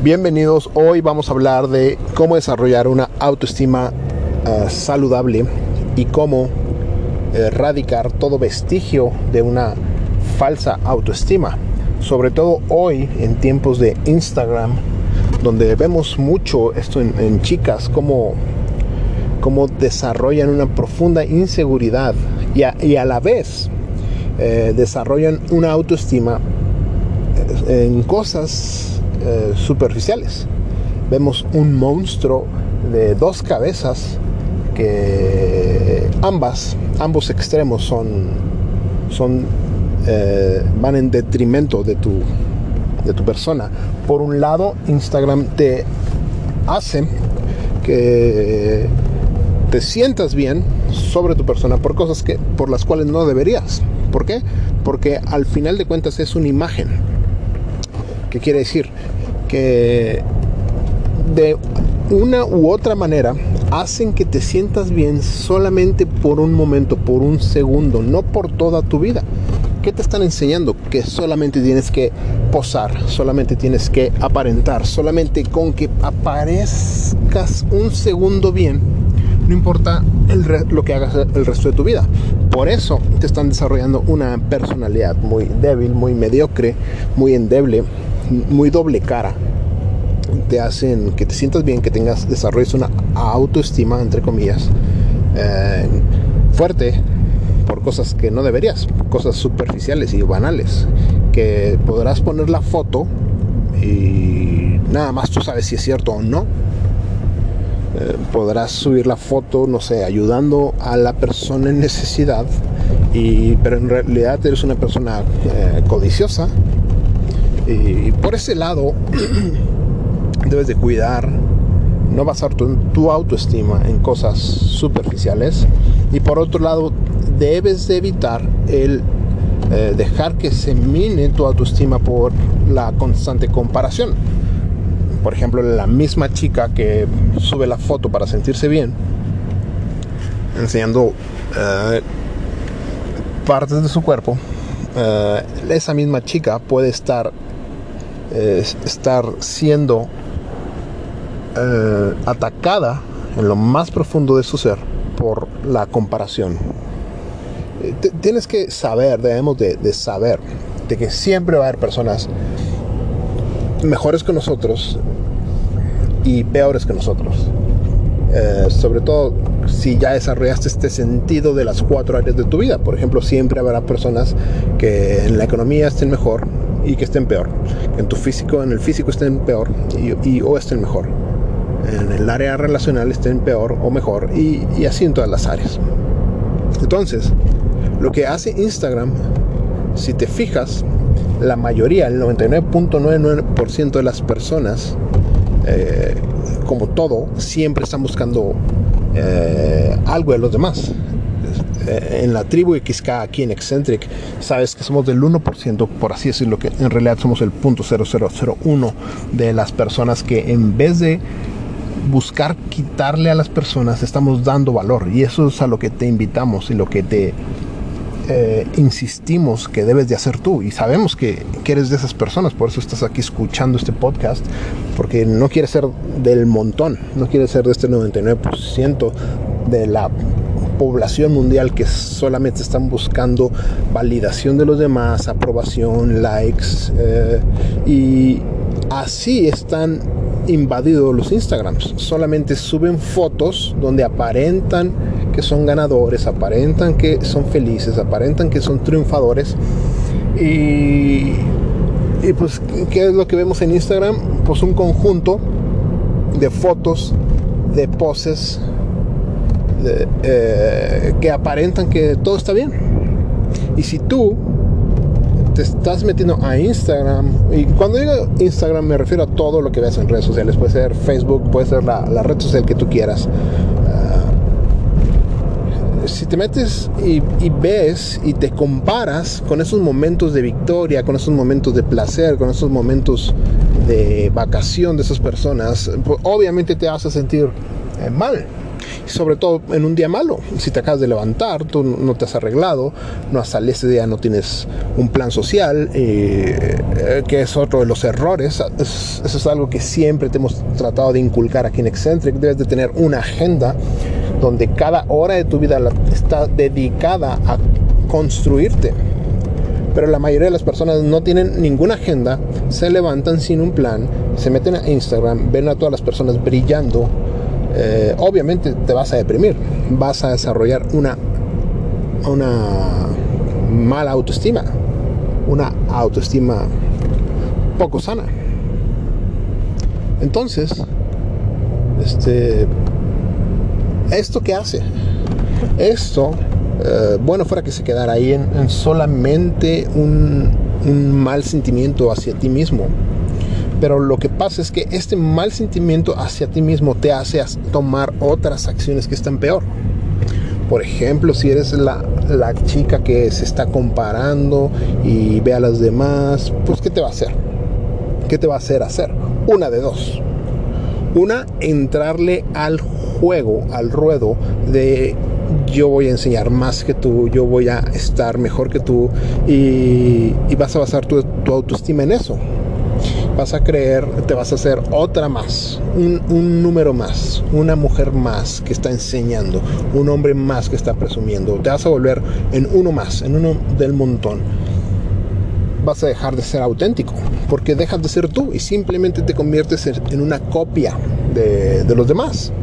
Bienvenidos, hoy vamos a hablar de cómo desarrollar una autoestima saludable y cómo erradicar todo vestigio de una falsa autoestima. Sobre todo hoy en tiempos de Instagram, donde vemos mucho esto en chicas, cómo desarrollan una profunda inseguridad y a la vez desarrollan una autoestima en cosas superficiales. Vemos un monstruo de dos cabezas que ambos extremos van en detrimento de tu persona. Por un lado, Instagram te hace que te sientas bien sobre tu persona por cosas por las cuales no deberías. ¿Por qué? Porque al final de cuentas es una imagen. ¿Qué quiere decir? Que de una u otra manera hacen que te sientas bien solamente por un momento, por un segundo, no por toda tu vida. ¿Qué te están enseñando? Que solamente tienes que posar, solamente tienes que aparentar, solamente con que aparezcas un segundo bien, no importa lo que hagas el resto de tu vida. Por eso te están desarrollando una personalidad muy débil, muy mediocre, muy endeble, muy doble cara. Te hacen que te sientas bien, que desarrolles una autoestima, entre comillas, fuerte, por cosas que no deberías, cosas superficiales y banales, que podrás poner la foto y nada más tú sabes si es cierto o no. Podrás subir la foto, no sé, ayudando a la persona en necesidad, pero en realidad eres una persona codiciosa. Y por ese lado debes de cuidar, no basar tu autoestima en cosas superficiales. Y por otro lado, debes de evitar el dejar que se mine tu autoestima por la constante comparación. Por ejemplo, la misma chica que sube la foto para sentirse bien, enseñando partes de su cuerpo, esa misma chica puede estar siendo atacada en lo más profundo de su ser por la comparación. Tienes que saber, debemos de saber de que siempre va a haber personas mejores que nosotros y peores que nosotros, sobre todo si ya desarrollaste este sentido de las 4 áreas de tu vida. Por ejemplo, siempre habrá personas que en la economía estén mejor y que estén peor, que en el físico estén peor o estén mejor, en el área relacional estén peor o mejor, y así en todas las áreas. Entonces, lo que hace Instagram, si te fijas, la mayoría, el 99.99% de las personas, como todo, siempre están buscando algo de los demás. En la tribu XK, aquí en Eccentric, sabes que somos del 1%, por así decirlo, que en realidad somos el 0.0001 de las personas que, en vez de buscar quitarle a las personas, estamos dando valor. Y eso es a lo que te invitamos y lo que te insistimos que debes de hacer tú. Y sabemos que eres de esas personas, por eso estás aquí escuchando este podcast, porque no quieres ser del montón, no quieres ser de este 99% de la población mundial que solamente están buscando validación de los demás, aprobación, likes, y así están invadidos los Instagrams. Solamente suben fotos donde aparentan que son ganadores, aparentan que son felices, aparentan que son triunfadores. Y pues, ¿qué es lo que vemos en Instagram? Pues un conjunto de fotos, de poses, que aparentan que todo está bien. Y si tú te estás metiendo a Instagram, y cuando digo Instagram me refiero a todo lo que ves en redes sociales, puede ser Facebook, puede ser la red social que tú quieras. Si te metes y ves y te comparas con esos momentos de victoria, con esos momentos de placer, con esos momentos de vacación de esas personas, pues obviamente te vas a sentir mal. Sobre todo en un día malo, si te acabas de levantar, tú no te has arreglado, no has salido ese día, no tienes un plan social, que es otro de los errores. Eso es algo que siempre te hemos tratado de inculcar aquí en Excentric. Debes de tener una agenda donde cada hora de tu vida está dedicada a construirte. Pero la mayoría de las personas no tienen ninguna agenda, se levantan sin un plan, se meten a Instagram, ven a todas las personas brillando. Obviamente te vas a deprimir, vas a desarrollar una mala autoestima, una autoestima poco sana. Entonces, ¿esto qué hace? Esto, bueno, fuera que se quedara ahí en solamente un mal sentimiento hacia ti mismo. Pero lo que pasa es que este mal sentimiento hacia ti mismo te hace tomar otras acciones que están peor. Por ejemplo, si eres la chica que se está comparando y ve a las demás, pues ¿qué te va a hacer? ¿Qué te va a hacer? Una de dos. Una, entrarle al juego, al ruedo de yo voy a enseñar más que tú, yo voy a estar mejor que tú, y vas a basar tu autoestima en eso. Vas a creer, te vas a hacer otra más, un número más, una mujer más que está enseñando, un hombre más que está presumiendo. Te vas a volver en uno más, en uno del montón. Vas a dejar de ser auténtico, porque dejas de ser tú y simplemente te conviertes en una copia de los demás.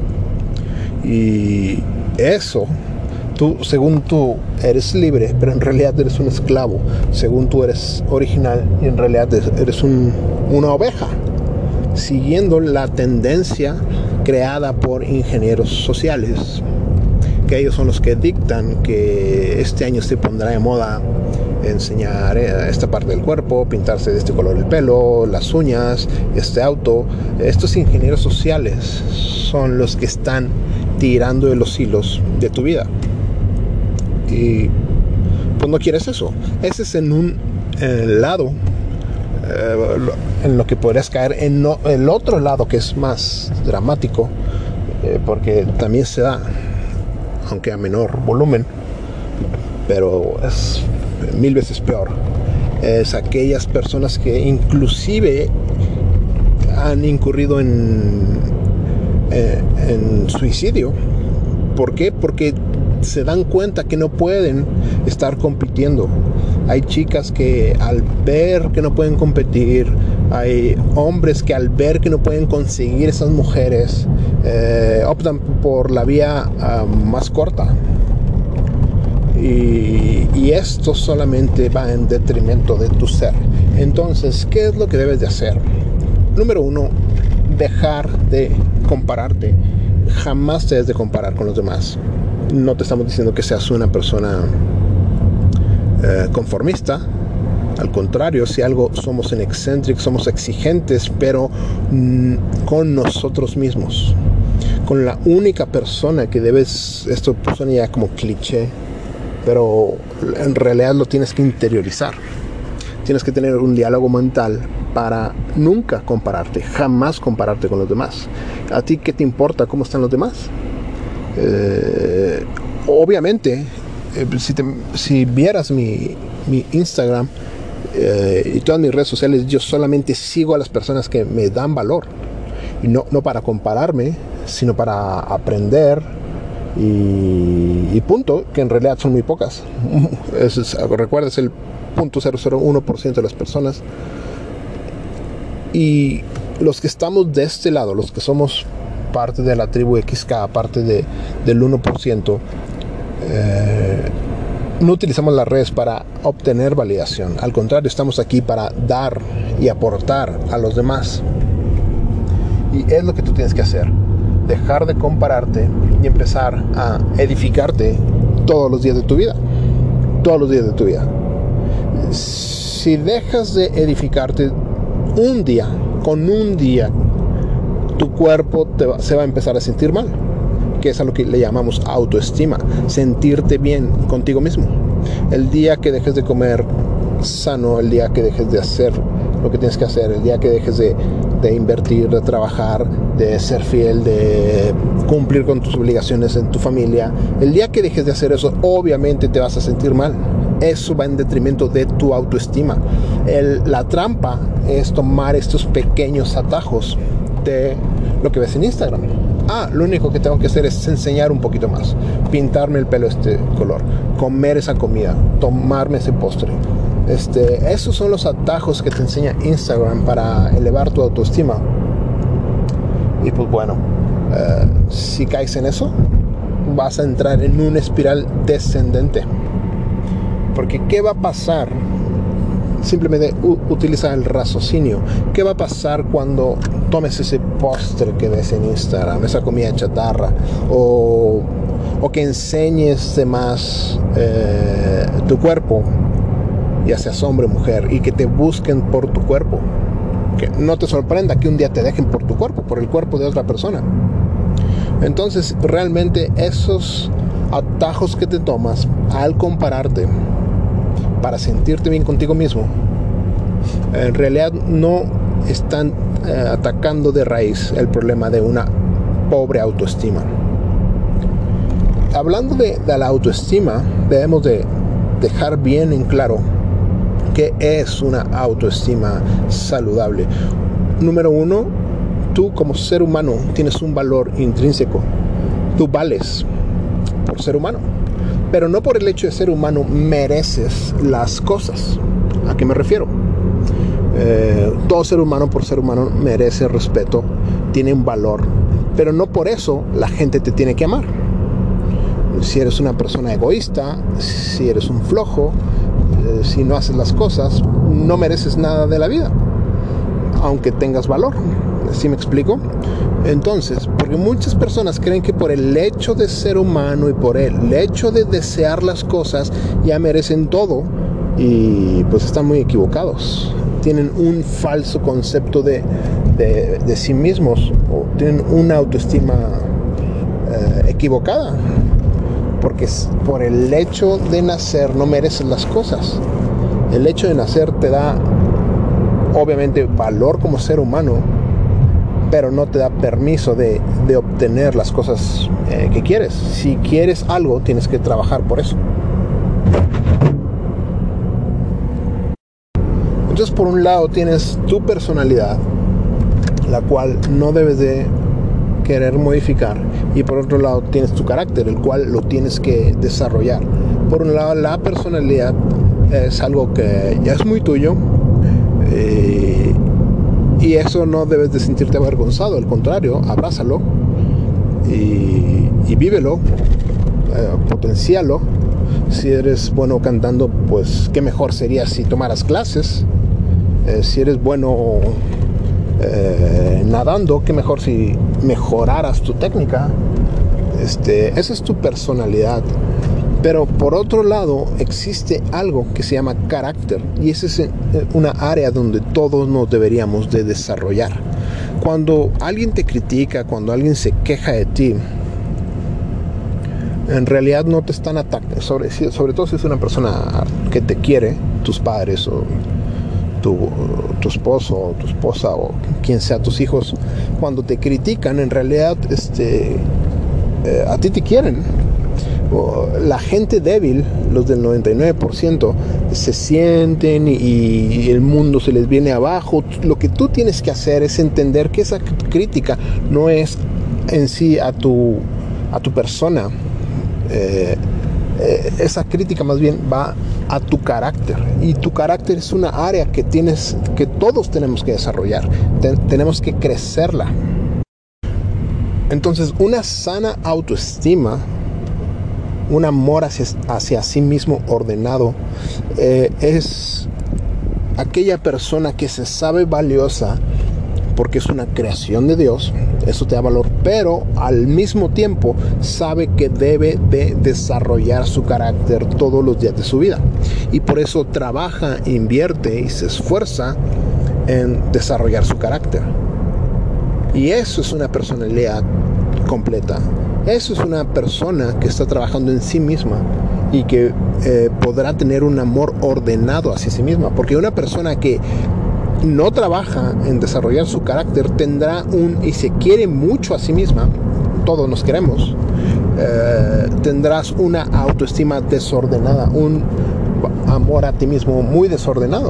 Y eso, según tú eres libre, pero en realidad eres un esclavo. Según tú eres original y en realidad eres una oveja, siguiendo la tendencia creada por ingenieros sociales, que ellos son los que dictan que este año se pondrá de moda enseñar esta parte del cuerpo, pintarse de este color el pelo, las uñas, este auto. Estos ingenieros sociales son los que están tirando de los hilos de tu vida. Y pues no quieres eso. Ese es en un lado en lo que podrías caer. En el otro lado, que es más dramático, porque también se da, aunque a menor volumen, pero es 1000 veces peor. Es aquellas personas que inclusive han incurrido en suicidio. ¿Por qué? Porque se dan cuenta que no pueden estar compitiendo. Hay chicas que al ver que no pueden competir, hay hombres que al ver que no pueden conseguir esas mujeres, optan por la vía más corta. Y esto solamente va en detrimento de tu ser. Entonces, ¿qué es lo que debes de hacer? Número 1, dejar de compararte. Jamás te debes de comparar con los demás. No te estamos diciendo que seas una persona conformista. Al contrario, si algo somos en Excentric, somos exigentes, pero con nosotros mismos. Con la única persona que debes, esto suena ya como cliché, pero en realidad lo tienes que interiorizar. Tienes que tener un diálogo mental para nunca compararte, jamás compararte con los demás. ¿A ti qué te importa cómo están los demás? Obviamente, si vieras mi Instagram y todas mis redes sociales, yo solamente sigo a las personas que me dan valor. Y no para compararme, sino para aprender. Y punto, que en realidad son muy pocas. Recuerda, es el 0.001% de las personas. Y los que estamos de este lado, los que somos parte de la tribu XK, parte del 1%, no utilizamos las redes para obtener validación. Al contrario, estamos aquí para dar y aportar a los demás. Y es lo que tú tienes que hacer. Dejar de compararte y empezar a edificarte todos los días de tu vida. Todos los días de tu vida. Si dejas de edificarte un día, con un día, tu cuerpo se va a empezar a sentir mal, que es a lo que le llamamos autoestima, sentirte bien contigo mismo. El día que dejes de comer sano, el día que dejes de hacer lo que tienes que hacer, el día que dejes de invertir, de trabajar, de ser fiel, de cumplir con tus obligaciones en tu familia, el día que dejes de hacer eso, obviamente te vas a sentir mal. Eso va en detrimento de tu autoestima. La trampa es tomar estos pequeños atajos de lo que ves en Instagram. Lo único que tengo que hacer es enseñar un poquito más, pintarme el pelo este color, comer esa comida, tomarme ese postre. Esos son los atajos que te enseña Instagram para elevar tu autoestima. Y pues bueno, si caes en eso, vas a entrar en una espiral descendente. Porque ¿qué va a pasar? Simplemente utiliza el raciocinio. ¿Qué va a pasar cuando tomes ese postre que ves en Instagram, esa comida chatarra, o que enseñes de más tu cuerpo, ya seas hombre o mujer, y que te busquen por tu cuerpo? Que no te sorprenda que un día te dejen por tu cuerpo, por el cuerpo de otra persona. Entonces, realmente esos atajos que te tomas al compararte para sentirte bien contigo mismo, en realidad no están atacando de raíz el problema de una pobre autoestima. Hablando de la autoestima, debemos de dejar bien en claro qué es una autoestima saludable. Número 1, tú como ser humano tienes un valor intrínseco. Tú vales por ser humano, pero no por el hecho de ser humano mereces las cosas. ¿A qué me refiero? Todo ser humano por ser humano merece respeto, tiene un valor, pero no por eso la gente te tiene que amar. Si eres una persona egoísta, si eres un flojo, si no haces las cosas, no mereces nada de la vida, aunque tengas valor. ¿Sí me explico? Entonces, porque muchas personas creen que por el hecho de ser humano y por el hecho de desear las cosas ya merecen todo, y pues están muy equivocados. Tienen un falso concepto de sí mismos, o tienen una autoestima equivocada, porque por el hecho de nacer no mereces las cosas. El hecho de nacer te da obviamente valor como ser humano, pero no te da permiso de obtener las cosas que quieres. Si quieres algo, tienes que trabajar por eso. Entonces, por un lado tienes tu personalidad, la cual no debes de querer modificar, y por otro lado tienes tu carácter, el cual lo tienes que desarrollar. Por un lado, la personalidad es algo que ya es muy tuyo, y eso no debes de sentirte avergonzado, al contrario, abrázalo y vívelo, potencialo. Si eres bueno cantando, pues qué mejor sería si tomaras clases. Si eres bueno nadando, qué mejor si mejoraras tu técnica. Esa es tu personalidad. Pero por otro lado existe algo que se llama carácter, y esa es una área donde todos nos deberíamos de desarrollar. Cuando alguien te critica, cuando alguien se queja de ti, en realidad no te están atacando, sobre todo si es una persona que te quiere, tus padres o tu esposo o tu esposa o quien sea, tus hijos. Cuando te critican, en realidad a ti te quieren. La gente débil, los del 99%, se sienten y el mundo se les viene abajo. Lo que tú tienes que hacer es entender que esa crítica no es en sí a tu persona. Esa crítica más bien va a tu carácter, y tu carácter es una área que todos tenemos que desarrollar. Tenemos que crecerla. Entonces, una sana autoestima, un amor hacia sí mismo ordenado, es aquella persona que se sabe valiosa porque es una creación de Dios. Eso te da valor, pero al mismo tiempo sabe que debe de desarrollar su carácter todos los días de su vida, y por eso trabaja, invierte y se esfuerza en desarrollar su carácter. Y eso es una personalidad completa. Eso es una persona que está trabajando en sí misma y que podrá tener un amor ordenado hacia sí misma. Porque una persona que no trabaja en desarrollar su carácter, y se quiere mucho a sí misma, todos nos queremos, tendrás una autoestima desordenada, un amor a ti mismo muy desordenado.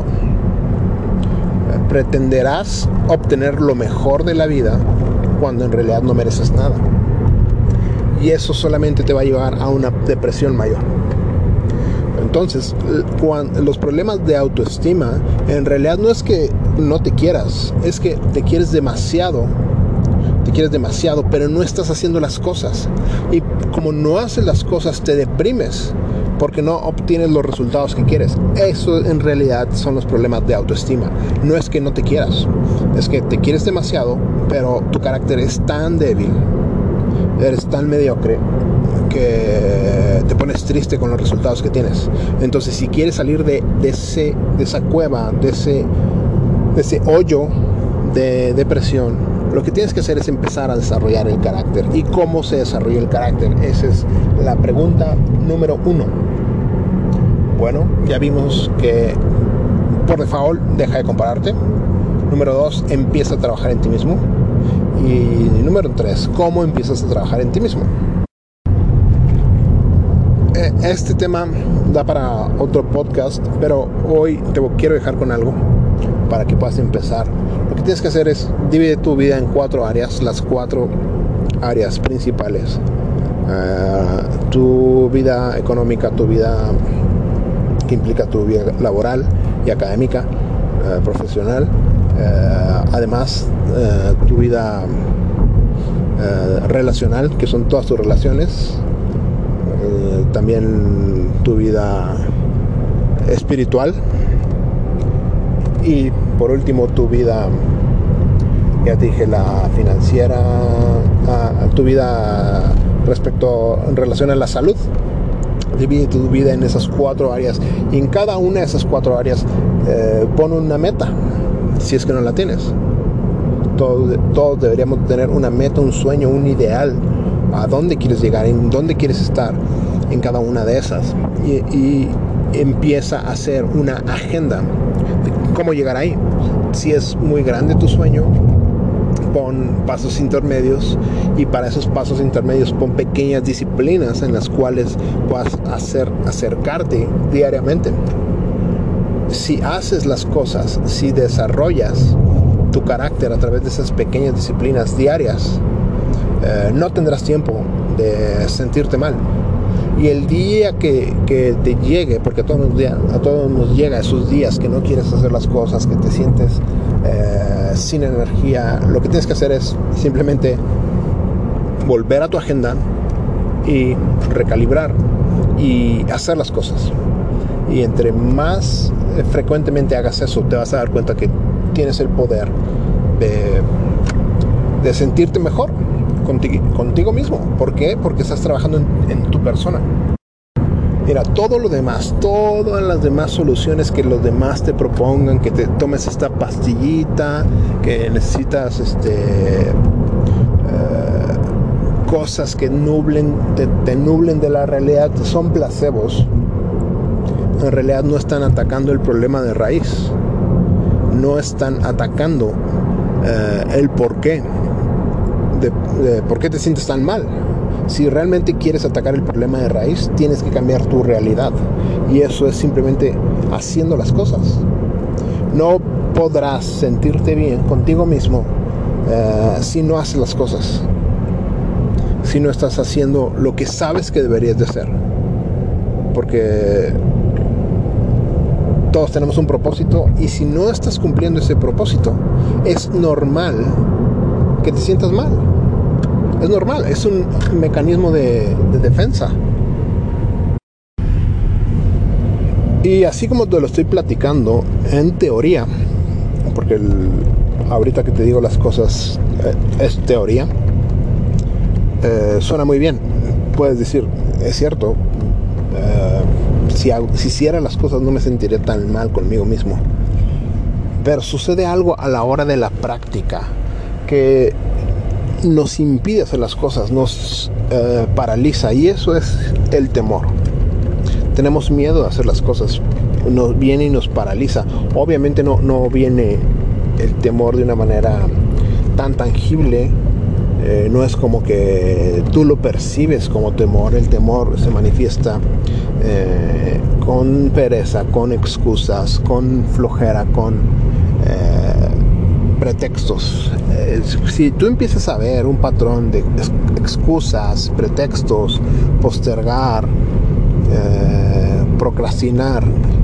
Pretenderás obtener lo mejor de la vida cuando en realidad no mereces nada. Y eso solamente te va a llevar a una depresión mayor. Entonces, los problemas de autoestima en realidad no es que no te quieras, es que te quieres demasiado, pero no estás haciendo las cosas. Y como no haces las cosas, te deprimes porque no obtienes los resultados que quieres. Eso en realidad son los problemas de autoestima. No es que no te quieras, es que te quieres demasiado, pero tu carácter es tan débil, eres tan mediocre, que te pones triste con los resultados que tienes. Entonces, si quieres salir de esa cueva, de ese hoyo de depresión, lo que tienes que hacer es empezar a desarrollar el carácter. ¿Y cómo se desarrolla el carácter? Esa es la pregunta número 1. Bueno, ya vimos que por default deja de compararte. Número 2, empieza a trabajar en ti mismo. Y número 3, ¿cómo empiezas a trabajar en ti mismo? Este tema da para otro podcast, pero hoy te quiero dejar con algo para que puedas empezar. Lo que tienes que hacer es divide tu vida en 4 áreas, las 4 áreas principales. Tu vida económica, tu vida que implica tu vida laboral y académica, profesional. Además, tu vida relacional, que son todas tus relaciones. También tu vida espiritual. Y por último, tu vida, ya te dije, la financiera, tu vida en relación a la salud. Divide tu vida en esas 4 áreas. Y en cada una de esas 4 áreas pon una meta, si es que no la tienes. Todos deberíamos tener una meta, un sueño, un ideal. A dónde quieres llegar, en dónde quieres estar en cada una de esas. Y empieza a hacer una agenda de cómo llegar ahí. Si es muy grande tu sueño, pon pasos intermedios, y para esos pasos intermedios pon pequeñas disciplinas en las cuales puedas acercarte diariamente. Si haces las cosas, si desarrollas tu carácter a través de esas pequeñas disciplinas diarias, no tendrás tiempo de sentirte mal. Y el día que te llegue, porque a todos nos llega esos días que no quieres hacer las cosas, que te sientes sin energía, lo que tienes que hacer es simplemente volver a tu agenda y recalibrar y hacer las cosas. Y entre más frecuentemente hagas eso, te vas a dar cuenta que tienes el poder de sentirte mejor contigo mismo. ¿Por qué? Porque estás trabajando en tu persona. Mira, todo lo demás, todas las demás soluciones que los demás te propongan, que te tomes esta pastillita, que necesitas cosas que te nublen de la realidad, son placebos. En realidad no están atacando el problema de raíz. No están atacando el porqué de por qué te sientes tan mal. Si realmente quieres atacar el problema de raíz, tienes que cambiar tu realidad, y eso es simplemente haciendo las cosas. No podrás sentirte bien contigo mismo si no haces las cosas, si no estás haciendo lo que sabes que deberías de hacer, porque todos tenemos un propósito, y si no estás cumpliendo ese propósito, es normal que te sientas mal. Es normal, es un mecanismo de defensa. Y así como te lo estoy platicando en teoría, porque ahorita que te digo las cosas es teoría, suena muy bien. Puedes decir, es cierto, si hiciera las cosas no me sentiría tan mal conmigo mismo. Pero sucede algo a la hora de la práctica que nos impide hacer las cosas, nos paraliza, y eso es el temor. Tenemos miedo de hacer las cosas, nos viene y nos paraliza. Obviamente no viene el temor de una manera tan tangible. No es como que tú lo percibes como temor. El temor se manifiesta con pereza, con excusas, con flojera, con pretextos. Si tú empiezas a ver un patrón de excusas, pretextos, postergar, procrastinar,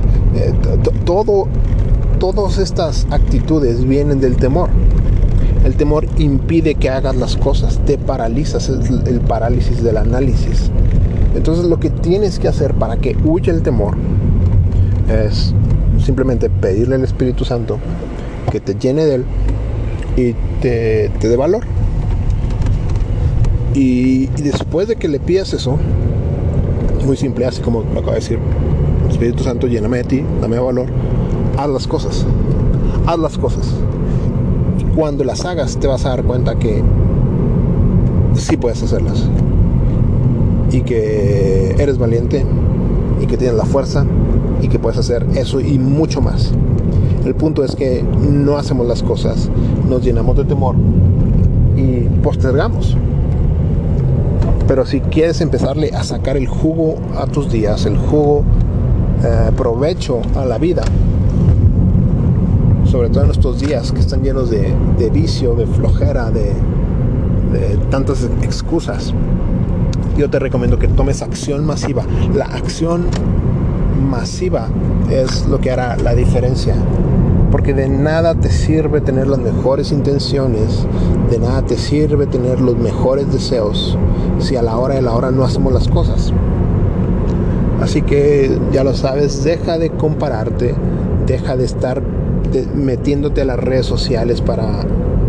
todas estas actitudes vienen del temor. El temor impide que hagas las cosas, te paralizas, es el parálisis del análisis. Entonces lo que tienes que hacer para que huya el temor es simplemente pedirle al Espíritu Santo que te llene de él y te dé valor. Y después de que le pidas eso, muy simple, así como lo acabo de decir, Espíritu Santo, lléname de ti, dame valor, haz las cosas. Cuando las hagas te vas a dar cuenta que sí puedes hacerlas y que eres valiente y que tienes la fuerza y que puedes hacer eso y mucho más. El punto es que no hacemos las cosas, nos llenamos de temor y postergamos. Pero si quieres empezarle a sacar el jugo a tus días, el jugo, provecho a la vida, sobre todo en estos días que están llenos de vicio, de flojera, de tantas excusas, yo te recomiendo que tomes acción masiva. La acción masiva es lo que hará la diferencia, porque de nada te sirve tener las mejores intenciones, de nada te sirve tener los mejores deseos si a la hora de la hora no hacemos las cosas. Así que ya lo sabes, deja de compararte, deja de estar metiéndote a las redes sociales para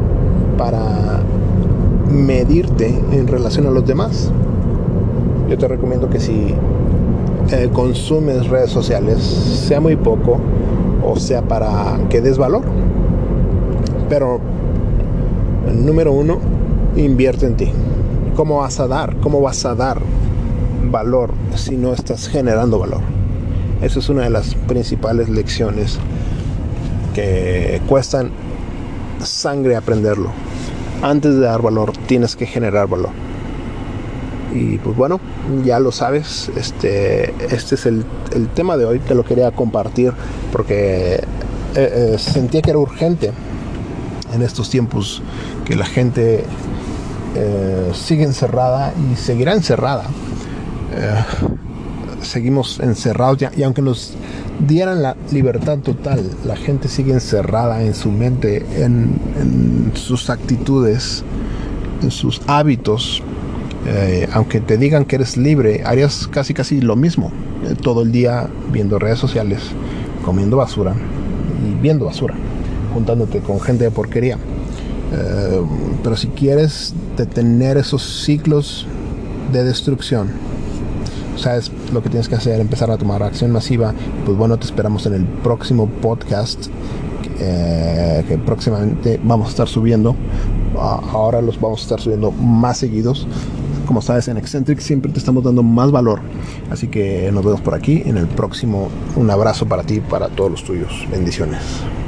medirte en relación a los demás. Yo te recomiendo que si consumes redes sociales, sea muy poco o sea para que des valor, pero número uno, invierte en ti. ¿Cómo vas a dar valor si no estás generando valor? Esa es una de las principales lecciones que cuestan sangre aprenderlo. Antes de dar valor, tienes que generar valor. Y pues bueno, ya lo sabes, este es el tema de hoy. Te lo quería compartir porque sentía que era urgente en estos tiempos que la gente sigue encerrada y seguirá encerrada. Seguimos encerrados y aunque nos dieran la libertad total, la gente sigue encerrada en su mente, en sus actitudes, en sus hábitos. Aunque te digan que eres libre, harías casi lo mismo, todo el día viendo redes sociales, comiendo basura y viendo basura, juntándote con gente de porquería. Pero si quieres detener esos ciclos de destrucción, sabes lo que tienes que hacer, empezar a tomar acción masiva. Pues bueno, te esperamos en el próximo podcast que próximamente vamos a estar subiendo. Ahora los vamos a estar subiendo más seguidos. Como sabes, en Excentric siempre te estamos dando más valor. Así que nos vemos por aquí en el próximo. Un abrazo para ti y para todos los tuyos. Bendiciones.